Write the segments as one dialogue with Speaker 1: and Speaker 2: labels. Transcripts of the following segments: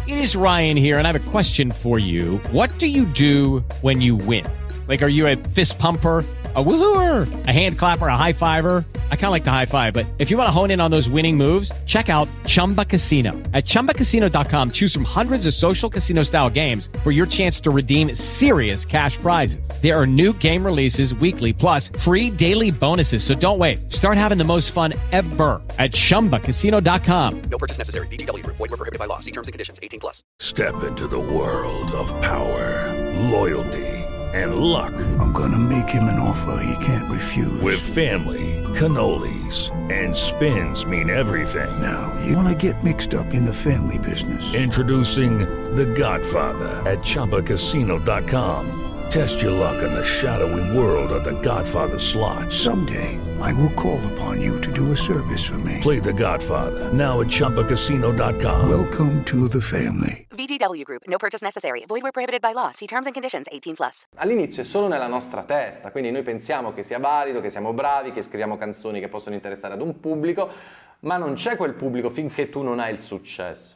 Speaker 1: It is Ryan here, and I have a question for you. What do you do when you win? Like, are you a fist pumper, a woohooer, a hand clapper, a high fiver? I kind of like the high five, but if you want to hone in on those winning moves, check out Chumba Casino. At ChumbaCasino.com, choose from hundreds of social casino style games for your chance to redeem serious cash prizes. There are new game releases weekly, plus free daily bonuses. So don't wait. Start having the most fun ever at ChumbaCasino.com.
Speaker 2: No purchase necessary. VGW Group. Void where prohibited by law. See terms and conditions. 18+.
Speaker 3: Step into the world of power, loyalty, and luck.
Speaker 4: I'm gonna make him an offer he can't refuse.
Speaker 3: With family, cannolis, and spins mean everything.
Speaker 4: Now, you wanna get mixed up in the family business.
Speaker 3: Introducing The Godfather at ChumbaCasino.com. Test your luck in the shadowy world of The Godfather slot.
Speaker 4: Someday, I will call upon you to do a service for me.
Speaker 3: Play The Godfather now at ChumbaCasino.com.
Speaker 4: Welcome to the family.
Speaker 5: VGW Group. No purchase necessary. Void where prohibited by law. See terms and conditions. 18+.
Speaker 6: All'inizio è solo nella nostra testa, quindi noi pensiamo che sia valido, che siamo bravi, che scriviamo canzoni che possono interessare ad un pubblico, ma non c'è quel pubblico finché tu non hai il successo.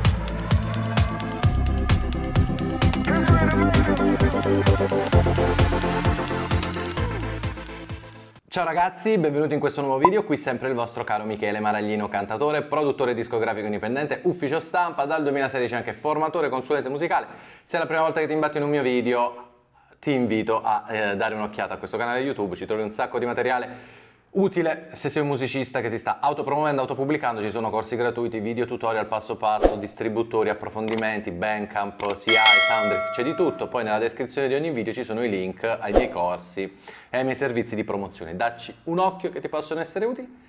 Speaker 6: Ciao ragazzi, benvenuti in questo nuovo video, qui sempre il vostro caro Michele Maraglino, cantatore, produttore discografico indipendente, ufficio stampa, dal 2016 anche formatore, consulente musicale. Se è la prima volta che ti imbatti in un mio video, ti invito a dare un'occhiata a questo canale YouTube, ci trovi un sacco di materiale utile se sei un musicista che si sta autopromuovendo, autopubblicando. Ci sono corsi gratuiti, video tutorial passo passo, distributori, approfondimenti, Bandcamp, CI, Soundriff, c'è di tutto. Poi nella descrizione di ogni video ci sono i link ai miei corsi e ai miei servizi di promozione. Dacci un occhio che ti possono essere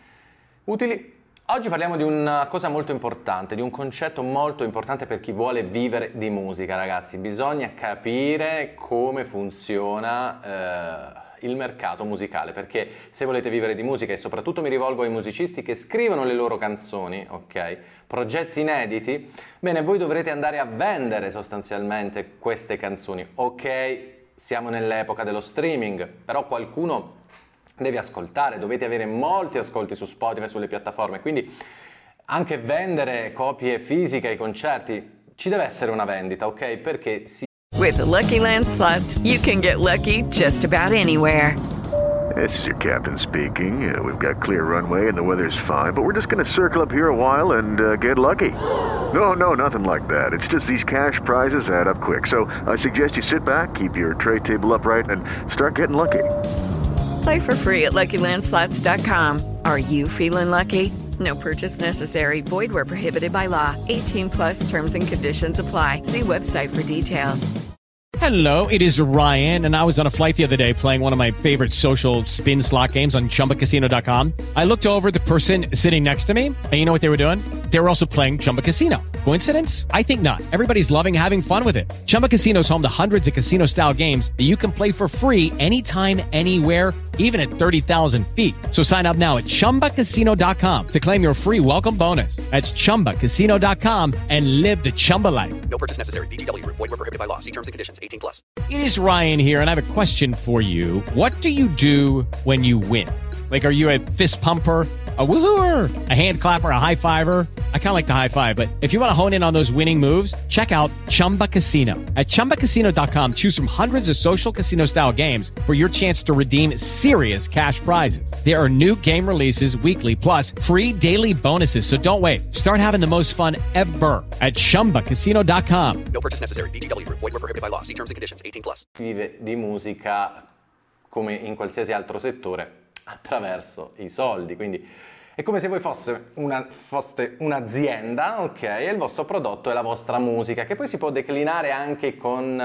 Speaker 6: utili. Oggi parliamo di una cosa molto importante, di un concetto molto importante per chi vuole vivere di musica, ragazzi. Bisogna capire come funziona il mercato musicale, perché se volete vivere di musica, e soprattutto mi rivolgo ai musicisti che scrivono le loro canzoni, ok? Progetti inediti, bene, voi dovrete andare a vendere sostanzialmente queste canzoni, ok? Siamo nell'epoca dello streaming, però qualcuno deve ascoltare, dovete avere molti ascolti su Spotify, sulle piattaforme, quindi anche vendere copie fisiche ai concerti, ci deve essere una vendita, ok? Perché
Speaker 7: With the Lucky Land Slots, you can get lucky just about anywhere.
Speaker 8: This is your captain speaking. We've got clear runway and the weather's fine, but we're just going to circle up here a while and get lucky. No, nothing like that. It's just these cash prizes add up quick. So I suggest you sit back, keep your tray table upright, and start getting lucky.
Speaker 7: Play for free at LuckyLandSlots.com. Are you feeling lucky? No purchase necessary. Void where prohibited by law. 18+ terms and conditions apply. See website for details.
Speaker 1: Hello, it is Ryan, and I was on a flight the other day playing one of my favorite social spin slot games on ChumbaCasino.com. I looked over at the person sitting next to me, and you know what they were doing? They were also playing Chumba Casino. Coincidence? I think not. Everybody's loving having fun with it. Chumba Casino is home to hundreds of casino-style games that you can play for free anytime, anywhere, even at 30,000 feet. So sign up now at ChumbaCasino.com to claim your free welcome bonus. That's ChumbaCasino.com and live the Chumba life.
Speaker 2: No purchase necessary. VGW Group. Void where prohibited by law. See terms and conditions. 18+.
Speaker 1: It is Ryan here, and I have a question for you. What do you do when you win? Like, are you a fist pumper, a woohooer, a hand clapper, a high fiver? I kind of like the high five, but if you want to hone in on those winning moves, check out Chumba Casino. At ChumbaCasino.com, choose from hundreds of social casino style games for your chance to redeem serious cash prizes. There are new game releases weekly, plus free daily bonuses. So don't wait. Start having the most fun ever at ChumbaCasino.com.
Speaker 2: No purchase necessary. VGW Group. Void where prohibited by law. See terms and conditions. 18+.
Speaker 6: vive di musica come in qualsiasi altro settore attraverso i soldi, quindi è come se voi foste un'azienda, ok, e il vostro prodotto è la vostra musica, che poi si può declinare anche con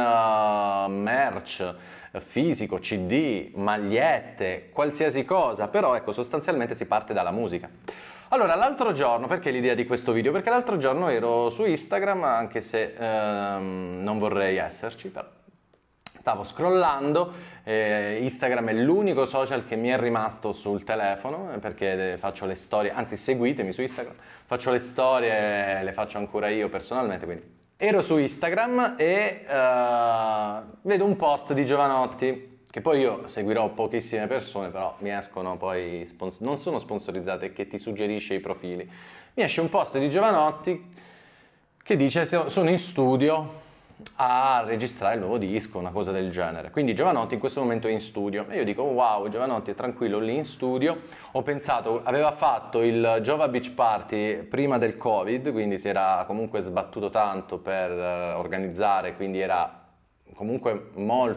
Speaker 6: merch fisico, CD, magliette, qualsiasi cosa, però ecco, sostanzialmente si parte dalla musica. Allora, l'altro giorno, perché l'idea di questo video? Perché l'altro giorno ero su Instagram, anche se non vorrei esserci, però stavo scrollando, Instagram è l'unico social che mi è rimasto sul telefono, perché faccio le storie, anzi seguitemi su Instagram, faccio le storie, le faccio ancora io personalmente, quindi ero su Instagram e vedo un post di Jovanotti, che poi io seguirò pochissime persone, però mi escono poi, non sono sponsorizzate, che ti suggerisce i profili. Mi esce un post di Jovanotti che dice sono in studio a registrare il nuovo disco, una cosa del genere. Quindi Jovanotti in questo momento è in studio e io dico wow, Jovanotti è tranquillo lì in studio. Ho pensato, aveva fatto il Jova Beach Party prima del Covid, quindi si era comunque sbattuto tanto per organizzare, quindi era comunque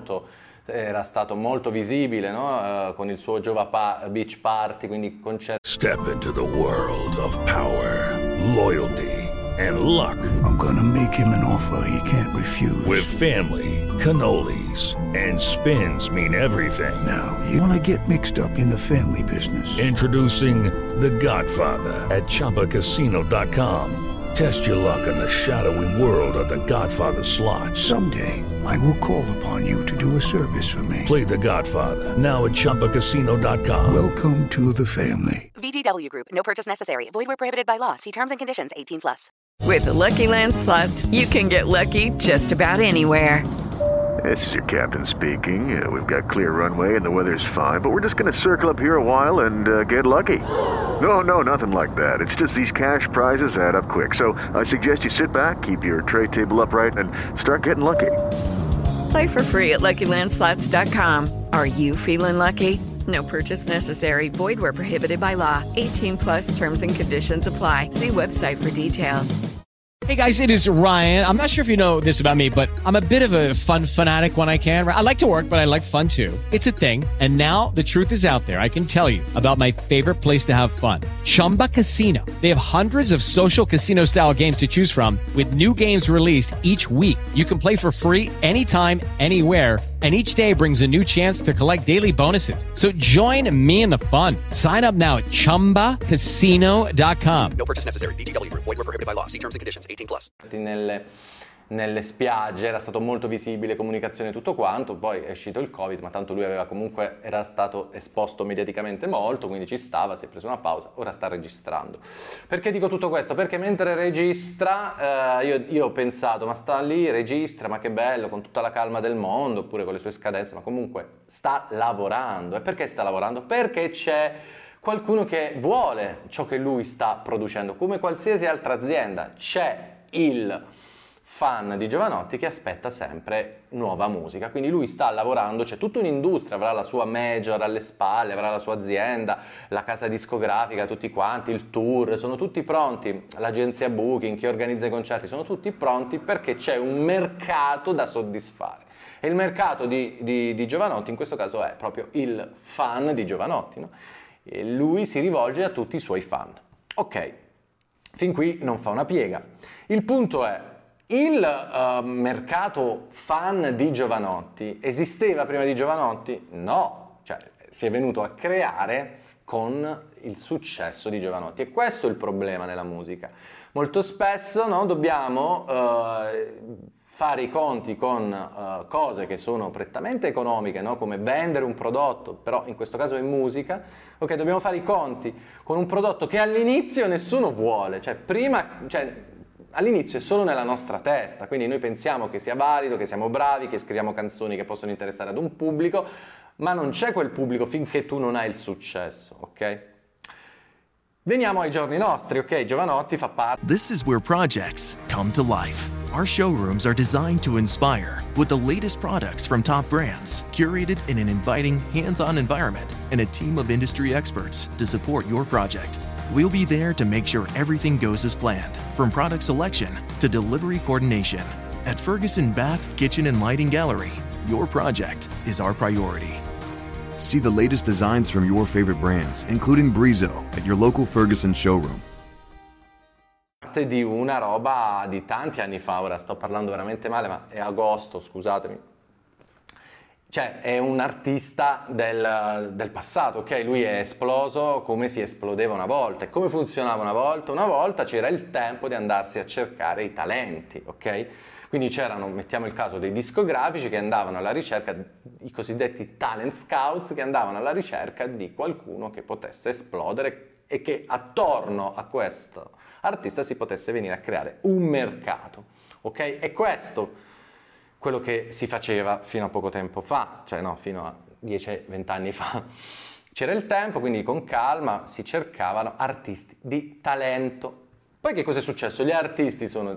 Speaker 6: era stato molto visibile, no? Con il suo Jova Beach Party, quindi concerti.
Speaker 3: Step into the world of power, loyalty, and luck.
Speaker 4: I'm gonna make him an offer he can't refuse.
Speaker 3: With family, cannolis, and spins mean everything.
Speaker 4: Now, you wanna get mixed up in the family business.
Speaker 3: Introducing The Godfather at ChumbaCasino.com. Test your luck in the shadowy world of The Godfather slot.
Speaker 4: Someday, I will call upon you to do a service for me.
Speaker 3: Play The Godfather now at ChumbaCasino.com.
Speaker 4: Welcome to the family.
Speaker 5: VGW Group. No purchase necessary. Void where prohibited by law. See terms and conditions. 18+.
Speaker 7: With the Lucky Land Slots, you can get lucky just about anywhere.
Speaker 8: This is your captain speaking. We've got clear runway and the weather's fine, but we're just going to circle up here a while and get lucky. No, nothing like that. It's just these cash prizes add up quick. So I suggest you sit back, keep your tray table upright, and start getting lucky.
Speaker 7: Play for free at LuckyLandSlots.com. Are you feeling lucky? No purchase necessary. Void where prohibited by law. 18+ terms and conditions apply. See website for details.
Speaker 1: Hey guys, it is Ryan. I'm not sure if you know this about me, but I'm a bit of a fun fanatic when I can. I like to work, but I like fun too. It's a thing. And now the truth is out there. I can tell you about my favorite place to have fun. Chumba Casino. They have hundreds of social casino style games to choose from with new games released each week. You can play for free anytime, anywhere. And each day brings a new chance to collect daily bonuses. So join me in the fun. Sign up now at ChumbaCasino.com.
Speaker 2: No purchase necessary. VGW Group. Void where prohibited by law. See terms and conditions. 18+.
Speaker 6: Nelle spiagge era stato molto visibile, comunicazione, tutto quanto. Poi è uscito il Covid, ma tanto lui era stato esposto mediaticamente molto, quindi ci stava, si è preso una pausa, ora sta registrando. Perché dico tutto questo? Perché mentre registra io ho pensato, ma sta lì, registra, ma che bello, con tutta la calma del mondo, oppure con le sue scadenze, ma comunque sta lavorando. E perché sta lavorando? Perché c'è qualcuno che vuole ciò che lui sta producendo. Come qualsiasi altra azienda, c'è il fan di Jovanotti che aspetta sempre nuova musica, quindi lui sta lavorando, c'è tutta un'industria, avrà la sua major alle spalle, avrà la sua azienda, la casa discografica, tutti quanti, il tour, sono tutti pronti, l'agenzia booking, chi organizza i concerti, sono tutti pronti perché c'è un mercato da soddisfare. E il mercato di Jovanotti in questo caso è proprio il fan di Jovanotti, no? E lui si rivolge a tutti i suoi fan. Ok, fin qui non fa una piega. Il punto è, il mercato fan di Jovanotti esisteva prima di Jovanotti? No, cioè si è venuto a creare con il successo di Jovanotti, e questo è il problema nella musica. Molto spesso, no, dobbiamo fare i conti con cose che sono prettamente economiche, no? Come vendere un prodotto, però in questo caso è musica. Ok, dobbiamo fare i conti con un prodotto che all'inizio nessuno vuole, all'inizio è solo nella nostra testa, quindi noi pensiamo che sia valido, che siamo bravi, che scriviamo canzoni che possono interessare ad un pubblico, ma non c'è quel pubblico finché tu non hai il successo, ok? Veniamo ai giorni nostri, ok? Jovanotti fa parte.
Speaker 9: This is where projects come to life. Our showrooms are designed to inspire with the latest products from top brands, curated in an inviting, hands-on environment, and a team of industry experts to support your project. We'll be there to make sure everything goes as planned, from product selection to delivery coordination. At Ferguson Bath, Kitchen and Lighting Gallery, your project is our priority.
Speaker 10: See the latest designs from your favorite brands, including Brizo, at your local Ferguson showroom.
Speaker 6: Di una roba di tanti anni fa, ora sto parlando veramente male, ma è agosto, scusatemi. Cioè, è un artista del passato, ok? Lui è esploso come si esplodeva una volta. E come funzionava una volta? Una volta c'era il tempo di andarsi a cercare i talenti, ok? Quindi c'erano, mettiamo il caso dei discografici che andavano alla ricerca, i cosiddetti talent scout, che andavano alla ricerca di qualcuno che potesse esplodere e che attorno a questo artista si potesse venire a creare un mercato, ok? E questo quello che si faceva fino a poco tempo fa, cioè no, fino a 10-20 anni fa. C'era il tempo, quindi con calma si cercavano artisti di talento. Poi che cosa è successo? Gli artisti sono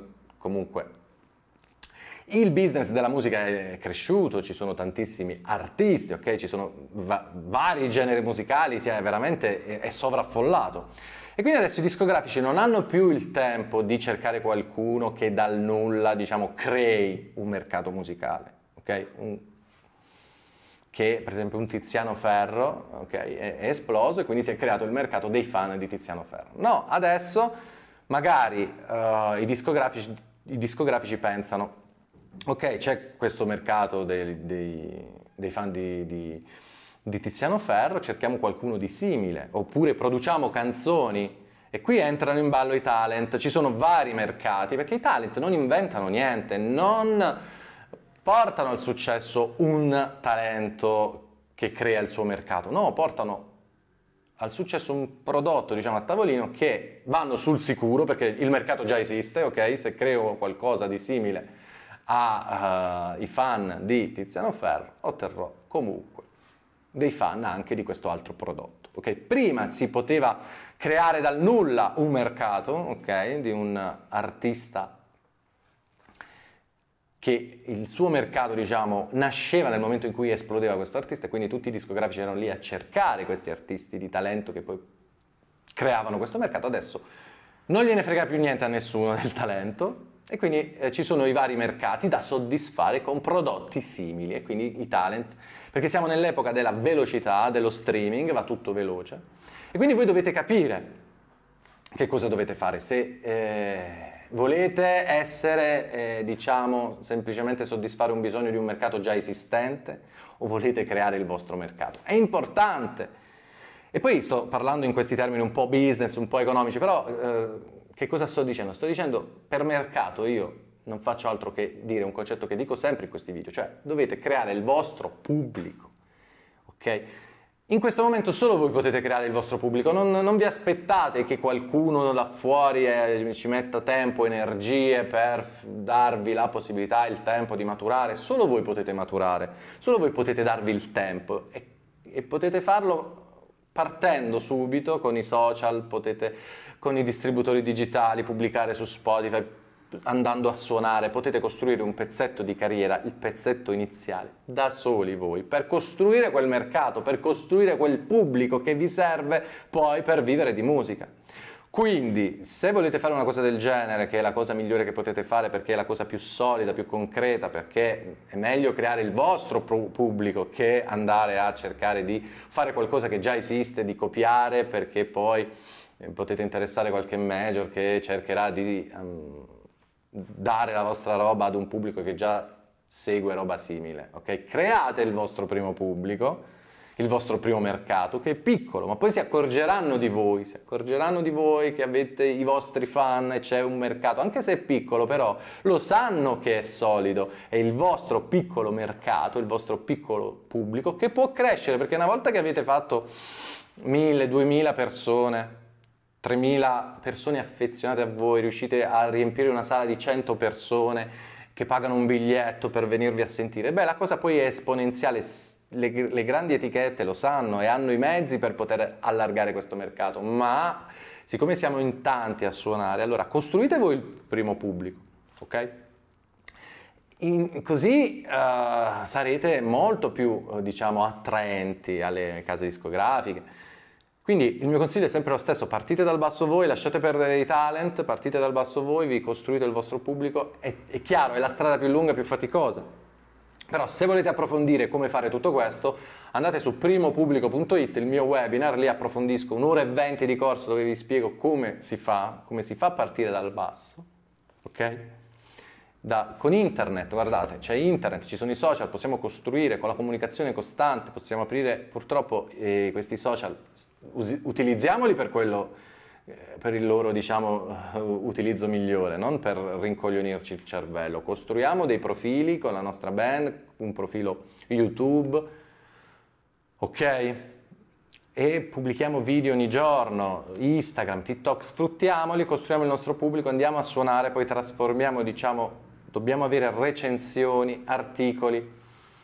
Speaker 6: comunque il business della musica è cresciuto, ci sono tantissimi artisti, ok? Ci sono vari generi musicali, è sovraffollato. E quindi adesso i discografici non hanno più il tempo di cercare qualcuno che dal nulla, diciamo, crei un mercato musicale, ok? Che per esempio un Tiziano Ferro, ok, è esploso e quindi si è creato il mercato dei fan di Tiziano Ferro. No, adesso magari i discografici pensano: ok, c'è questo mercato dei fan di Tiziano Ferro, cerchiamo qualcuno di simile, oppure produciamo canzoni, e qui entrano in ballo i talent. Ci sono vari mercati, perché i talent non inventano niente, non portano al successo un talento che crea il suo mercato, no, portano al successo un prodotto, diciamo, a tavolino, che vanno sul sicuro, perché il mercato già esiste, ok? Se creo qualcosa di simile ai fan di Tiziano Ferro, otterrò comunque dei fan anche di questo altro prodotto, ok? Prima si poteva creare dal nulla un mercato, ok? Di un artista che il suo mercato, diciamo, nasceva nel momento in cui esplodeva questo artista, e quindi tutti i discografici erano lì a cercare questi artisti di talento che poi creavano questo mercato. Adesso non gliene frega più niente a nessuno del talento, e quindi ci sono i vari mercati da soddisfare con prodotti simili, e quindi i talent, perché siamo nell'epoca della velocità, dello streaming, va tutto veloce, e quindi voi dovete capire che cosa dovete fare. Se volete essere, diciamo, semplicemente soddisfare un bisogno di un mercato già esistente, o volete creare il vostro mercato. È importante. E poi sto parlando in questi termini un po' business, un po' economici, però che cosa sto dicendo? Sto dicendo, per mercato io non faccio altro che dire un concetto che dico sempre in questi video, cioè dovete creare il vostro pubblico, ok? In questo momento solo voi potete creare il vostro pubblico, non vi aspettate che qualcuno da fuori ci metta tempo, energie per darvi la possibilità, il tempo di maturare. Solo voi potete maturare, solo voi potete darvi il tempo, e potete farlo partendo subito con i social, potete con i distributori digitali pubblicare su Spotify, andando a suonare, potete costruire un pezzetto di carriera, il pezzetto iniziale, da soli voi, per costruire quel mercato, per costruire quel pubblico che vi serve poi per vivere di musica. Quindi, se volete fare una cosa del genere, che è la cosa migliore che potete fare, perché è la cosa più solida, più concreta, perché è meglio creare il vostro pubblico che andare a cercare di fare qualcosa che già esiste, di copiare, perché poi potete interessare qualche major che cercherà di dare la vostra roba ad un pubblico che già segue roba simile, ok? Create il vostro primo pubblico, il vostro primo mercato, che è piccolo, ma poi si accorgeranno di voi che avete i vostri fan e c'è un mercato, anche se è piccolo, però lo sanno che è solido, è il vostro piccolo mercato, il vostro piccolo pubblico che può crescere, perché una volta che avete fatto 1000, 2000 persone, 3000 persone affezionate a voi, riuscite a riempire una sala di 100 persone che pagano un biglietto per venirvi a sentire, beh, la cosa poi è esponenziale. Le grandi etichette lo sanno e hanno i mezzi per poter allargare questo mercato, ma siccome siamo in tanti a suonare, allora costruite voi il primo pubblico, ok? Così sarete molto più, diciamo, attraenti alle case discografiche. Quindi il mio consiglio è sempre lo stesso: partite dal basso voi, lasciate perdere i talent, partite dal basso voi, vi costruite il vostro pubblico. È chiaro, è la strada più lunga e più faticosa, però se volete approfondire come fare tutto questo, andate su primopubblico.it, il mio webinar, lì approfondisco 1 ora e 20 di corso dove vi spiego come si fa a partire dal basso, ok? Con internet, guardate, c'è internet, ci sono i social, possiamo costruire con la comunicazione costante, possiamo aprire, purtroppo questi social utilizziamoli per quello, per il loro, diciamo, utilizzo migliore, non per rincoglionirci il cervello. Costruiamo dei profili con la nostra band, un profilo YouTube, ok? E pubblichiamo video ogni giorno, Instagram, TikTok, sfruttiamoli, costruiamo il nostro pubblico, andiamo a suonare, poi trasformiamo, diciamo, dobbiamo avere recensioni, articoli,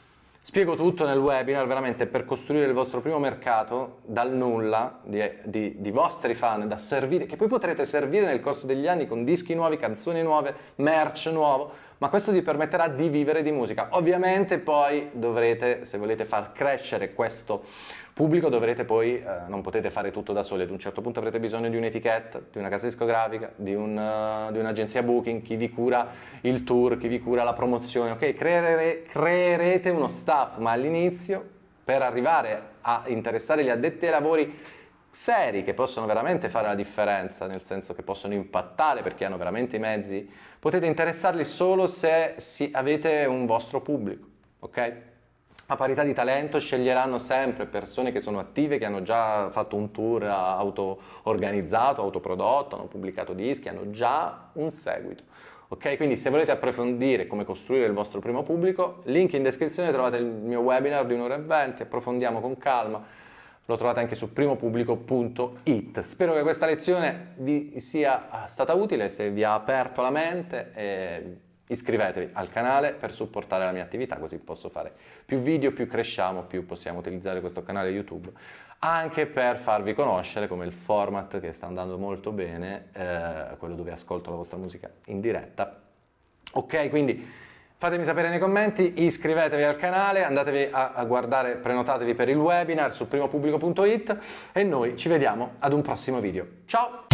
Speaker 6: Spiego tutto nel webinar, veramente per costruire il vostro primo mercato dal nulla, di vostri fan da servire, che poi potrete servire nel corso degli anni con dischi nuovi, canzoni nuove, merch nuovo, ma questo vi permetterà di vivere di musica. Ovviamente poi dovrete, se volete far crescere questo pubblico, dovrete poi, non potete fare tutto da soli, ad un certo punto avrete bisogno di un'etichetta, di una casa discografica, di un'agenzia booking, chi vi cura il tour, chi vi cura la promozione, ok? Creerete uno staff, ma all'inizio, per arrivare a interessare gli addetti ai lavori seri, che possono veramente fare la differenza, nel senso che possono impattare perché hanno veramente i mezzi, potete interessarli solo se avete un vostro pubblico, ok? A parità di talento sceglieranno sempre persone che sono attive, che hanno già fatto un tour auto-organizzato, autoprodotto, hanno pubblicato dischi, hanno già un seguito. Ok, quindi se volete approfondire come costruire il vostro primo pubblico, link in descrizione, trovate il mio webinar di 1 ora e 20, approfondiamo con calma, lo trovate anche su primopubblico.it. Spero che questa lezione vi sia stata utile, se vi ha aperto la mente. Iscrivetevi al canale per supportare la mia attività, così posso fare più video, più cresciamo, più possiamo utilizzare questo canale YouTube, anche per farvi conoscere come il format che sta andando molto bene, quello dove ascolto la vostra musica in diretta. Ok, quindi fatemi sapere nei commenti, iscrivetevi al canale, andatevi a guardare, prenotatevi per il webinar su primopubblico.it e noi ci vediamo ad un prossimo video. Ciao!